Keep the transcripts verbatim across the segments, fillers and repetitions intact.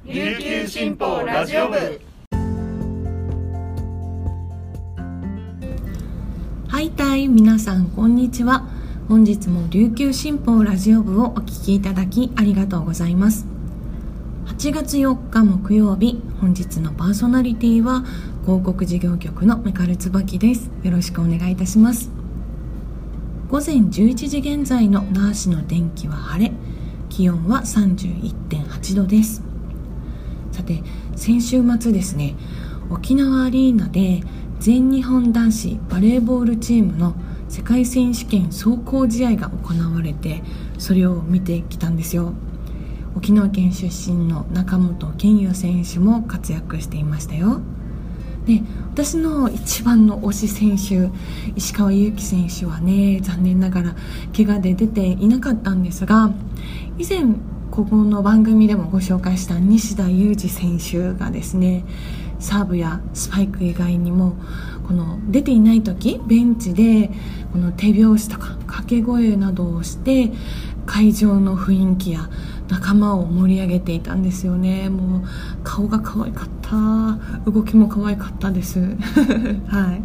琉球新報ラジオ部。 はいたい、皆さんこんにちは。本日も琉球新報ラジオ部をお聞きいただきありがとうございます。はちがつよっか木曜日、本日のパーソナリティは広告事業局のメカル椿です。よろしくお願いいたします。午前じゅういちじ現在の那覇市の天気は晴れ、気温は さんじゅういってんはちどです。さて、先週末ですね、沖縄アリーナで全日本男子バレーボールチームの世界選手権壮行試合が行われて、それを見てきたんですよ。沖縄県出身の中本健佑選手も活躍していましたよ。で、私の一番の推し選手、石川祐希選手はね、残念ながら怪我で出ていなかったんですが、以前ここの番組でもご紹介した西田有志選手がですね、サーブやスパイク以外にもこの出ていない時、ベンチでこの手拍子とか掛け声などをして会場の雰囲気や仲間を盛り上げていたんですよね。もう顔が可愛かった、動きも可愛かったですはい。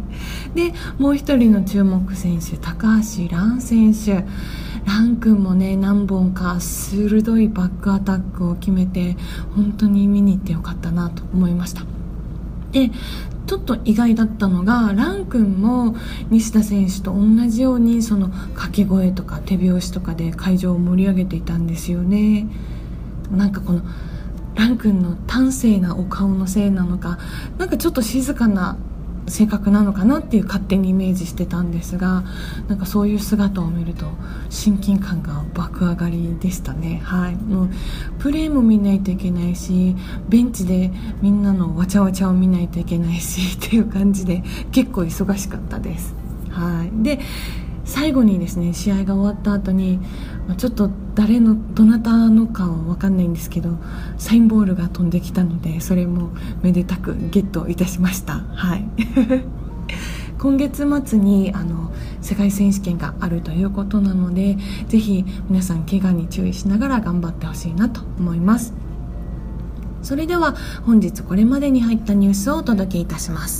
で、もう一人の注目選手、高橋藍選手。藍君もね、何本か鋭いバックアタックを決めて、本当に見に行ってよかったなと思いました。で、ちょっと意外だったのが、藍君も西田選手と同じようにその掛け声とか手拍子とかで会場を盛り上げていたんですよね。なんかこの藍君の端正なお顔のせいなのか、なんかちょっと静かな性格なのかなっていう勝手にイメージしてたんですが、なんかそういう姿を見ると親近感が爆上がりでしたね。はい。もうプレーも見ないといけないし、ベンチでみんなのわちゃわちゃを見ないといけないしっていう感じで、結構忙しかったです。はい。で、最後にですね、試合が終わった後に、ちょっと誰のどなたのかは分かんないんですけど、サインボールが飛んできたので、それもめでたくゲットいたしました。はい今月末にあの世界選手権があるということなので、ぜひ皆さん怪我に注意しながら頑張ってほしいなと思います。それでは本日これまでに入ったニュースをお届けいたします。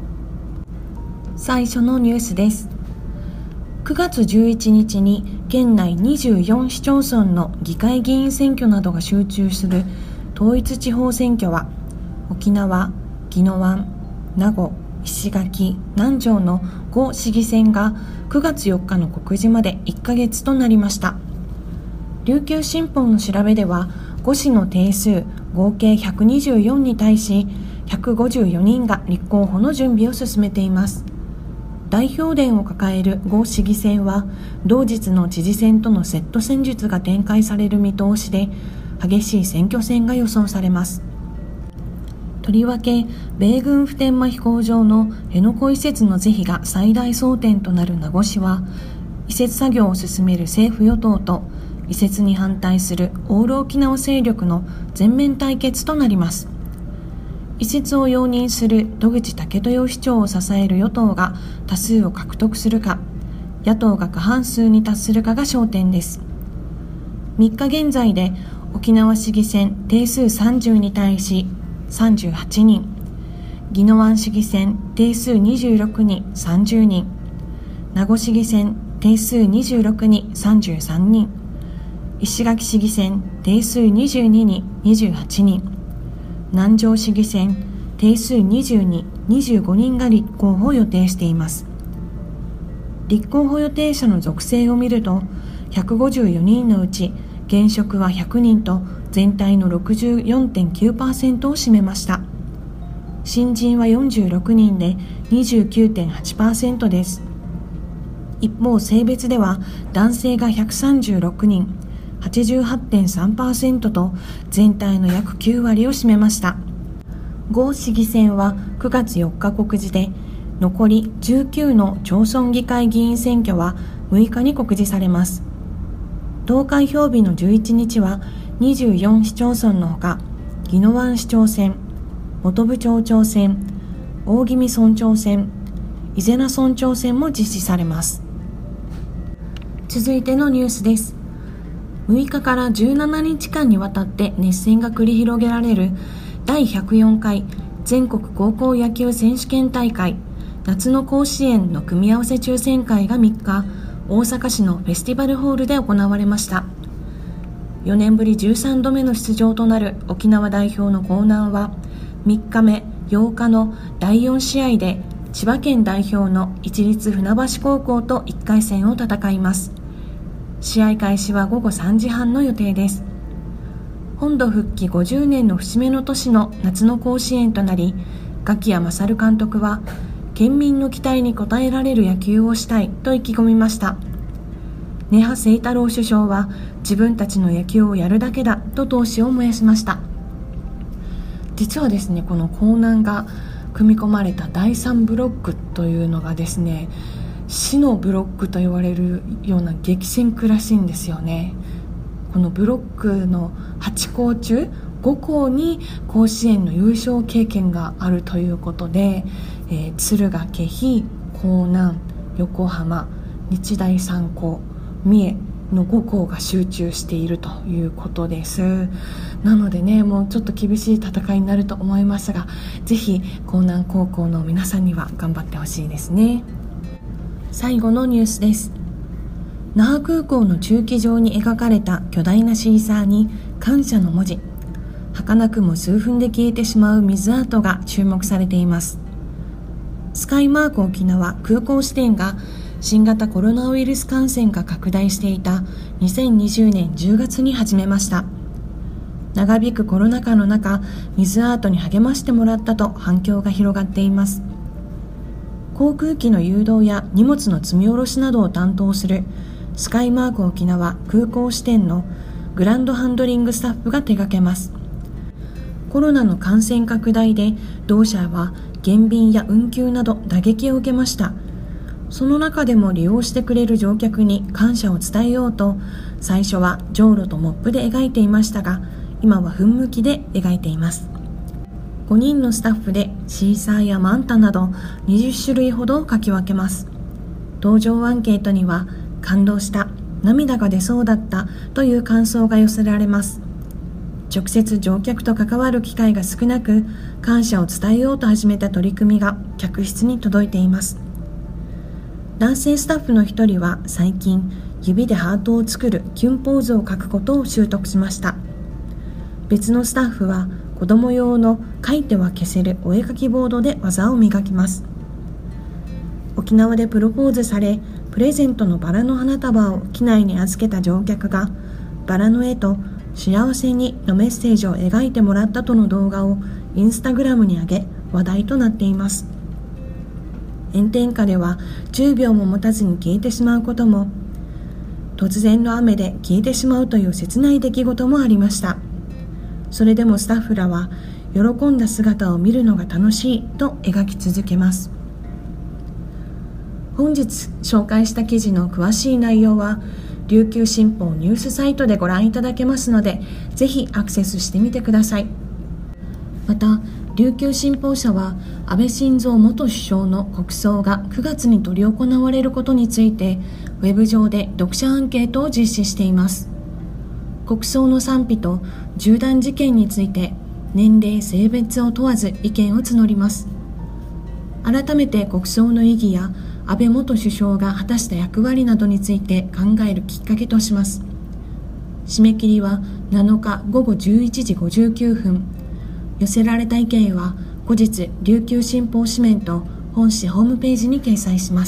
最初のニュースです。くがつじゅういちにちに県内にじゅうよんしちょうそんの議会議員選挙などが集中する統一地方選挙は、沖縄、宜野湾、名護、石垣、南城のご市議選がくがつよっかの告示までいっかげつとなりました。琉球新報の調べでは、ご市の定数合計ひゃくにじゅうよんに対しひゃくごじゅうよにんが立候補の準備を進めています。代表伝を抱えるご市議選は、同日の知事選とのセット戦術が展開される見通しで、激しい選挙戦が予想されます。とりわけ、米軍普天間飛行場の辺野古移設の是非が最大争点となる名護市は、移設作業を進める政府与党と移設に反対するオール沖縄勢力の全面対決となります。移設を容認する戸口武豊市長を支える与党が多数を獲得するか、野党が過半数に達するかが焦点です。みっか現在で沖縄市議選定数さんじゅうに対しさんじゅうはちにん、宜野湾市議選定数にじゅうろくにさんじゅうにん、名護市議選定数にじゅうろくにさんじゅうさんにん、石垣市議選定数にじゅうにににじゅうはちにん、南城市議選定数にじゅうに、にじゅうごにんが立候補を予定しています。立候補予定者の属性を見ると、ひゃくごじゅうよにんのうち現職はひゃくにんと全体の ろくじゅうよんてんきゅうパーセント を占めました。新人はよんじゅうろくにんで にじゅうきゅうてんはちパーセント です。一方、性別では男性がひゃくさんじゅうろくにん、はちじゅうはってんさんパーセント と全体の約きゅうわりを占めました。ご市議選はくがつよっか告示で、残りじゅうきゅうの町村議会議員選挙はむいかに告示されます。投開票日のじゅういちにちはにじゅうよんしちょうそんのほか、宜野湾市長選、本部町長選、大宜味村長選、伊是名村長選も実施されます。続いてのニュースです。 むいかからじゅうしちにちかんにわたって熱戦が繰り広げられるだいひゃくよんかい全国高校野球選手権大会夏の甲子園の組み合わせ抽選会がみっか、大阪市のフェスティバルホールで行われました。よねんぶりじゅうさんどめの出場となる沖縄代表の興南はみっかめようかのだいよんしあいで千葉県代表の市立船橋高校といっかいせんを戦います。試合開始はごごさんじはんの予定です。本土復帰ごじゅうねんの節目の年の夏の甲子園となり、我喜谷勝監督は県民の期待に応えられる野球をしたいと意気込みました。根葉清太郎首相は自分たちの野球をやるだけだと闘志を燃やしました。実はですね、この興南が組み込まれただいさんブロックというのがですね、死のブロックと言われるような激戦区らしいんですよね。このブロックのはちこう中ごこうに甲子園の優勝経験があるということで、えー、敦賀気比、興南、横浜、日大三高、三重のごこうが集中しているということです。なのでね、もうちょっと厳しい戦いになると思いますが、ぜひ興南高校の皆さんには頑張ってほしいですね。最後のニュースです。那覇空港の駐機場に描かれた巨大なシーサーに感謝の文字、儚くも数分で消えてしまう水アートが注目されています。スカイマーク沖縄空港支店が新型コロナウイルス感染が拡大していたにせんにじゅうねんじゅうがつに始めました。長引くコロナ禍の中、水アートに励ましてもらったと反響が広がっています。航空機の誘導や荷物の積み下ろしなどを担当するスカイマーク沖縄空港支店のグランドハンドリングスタッフが手掛けます。コロナの感染拡大で同社は減便や運休など打撃を受けました。その中でも利用してくれる乗客に感謝を伝えようと、最初はじょうろとモップで描いていましたが、今は噴霧器で描いています。ごにんのスタッフでシーサーやマンタなどにじゅっしゅるいほどを描き分けます。搭乗アンケートには、感動した、涙が出そうだったという感想が寄せられます。直接乗客と関わる機会が少なく、感謝を伝えようと始めた取り組みが客室に届いています。男性スタッフの一人は最近、指でハートを作るキュンポーズを描くことを習得しました。別のスタッフは子供用の書いては消せるお絵描きボードで技を磨きます。沖縄でプロポーズされ、プレゼントのバラの花束を機内に預けた乗客が、バラの絵と幸せにのメッセージを描いてもらったとの動画をインスタグラムに上げ、話題となっています。炎天下ではじゅうびょうも持たずに消えてしまうことも、突然の雨で消えてしまうという切ない出来事もありました。それでもスタッフらは喜んだ姿を見るのが楽しいと描き続けます。本日紹介した記事の詳しい内容は琉球新報ニュースサイトでご覧いただけますので、ぜひアクセスしてみてください。また琉球新報社は安倍晋三元首相の国葬がくがつに執り行われることについてウェブ上で読者アンケートを実施しています。国葬の賛否と銃弾事件について年齢性別を問わず意見を募ります。改めて国葬の意義や安倍元首相が果たした役割などについて考えるきっかけとします。締め切りはなのかごごじゅういちじごじゅうきゅうふん。寄せられた意見は後日琉球新報紙面と本誌ホームページに掲載します。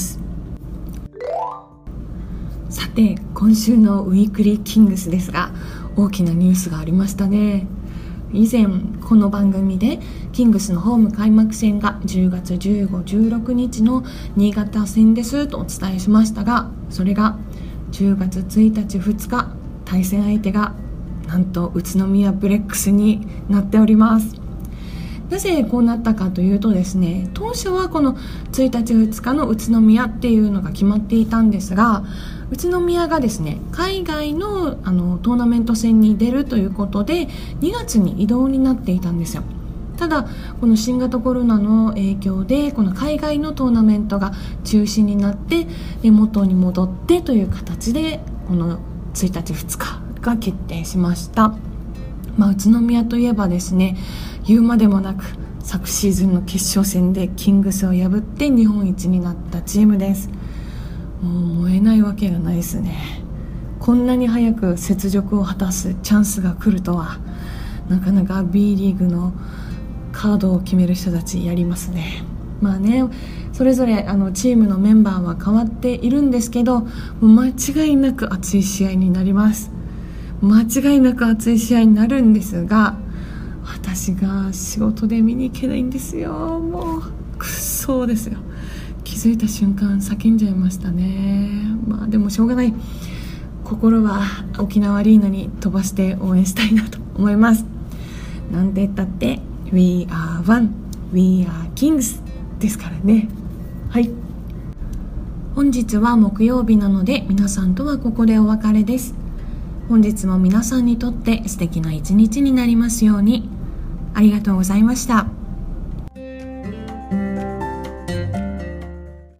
さて、今週のウィークリーキングスですが、大きなニュースがありましたね。以前この番組でキングスのホーム開幕戦がじゅうがつじゅうご、じゅうろくにちの新潟戦ですとお伝えしましたが、それがじゅうがつついたちふつか、対戦相手がなんと宇都宮ブレックスになっております。なぜこうなったかというとですね、当初はこのついたちふつかの宇都宮っていうのが決まっていたんですが、宇都宮がですね、海外 の, あのトーナメント戦に出るということでにがつに移動になっていたんですよ。ただこの新型コロナの影響でこの海外のトーナメントが中止になって、で元に戻ってという形でこのついたちふつかが決定しました。まあ、宇都宮といえばですね、言うまでもなく昨シーズンの決勝戦でキングスを破って日本一になったチームです。もう燃えないわけがないですね。こんなに早く雪辱を果たすチャンスが来るとは、なかなか B リーグのカードを決める人たちやりますね。まあね、それぞれあのチームのメンバーは変わっているんですけど、もう間違いなく熱い試合になります。間違いなく熱い試合になるんですが、私が仕事で見に行けないんですよ。もうくっそうですよ。気づいた瞬間叫んじゃいましたね。まあでもしょうがない。心は沖縄アリーナに飛ばして応援したいなと思います。なんて言ったって We are one, We are kings ですからね。はい、本日は木曜日なので皆さんとはここでお別れです。本日も皆さんにとって素敵な一日になりますように。ありがとうございました。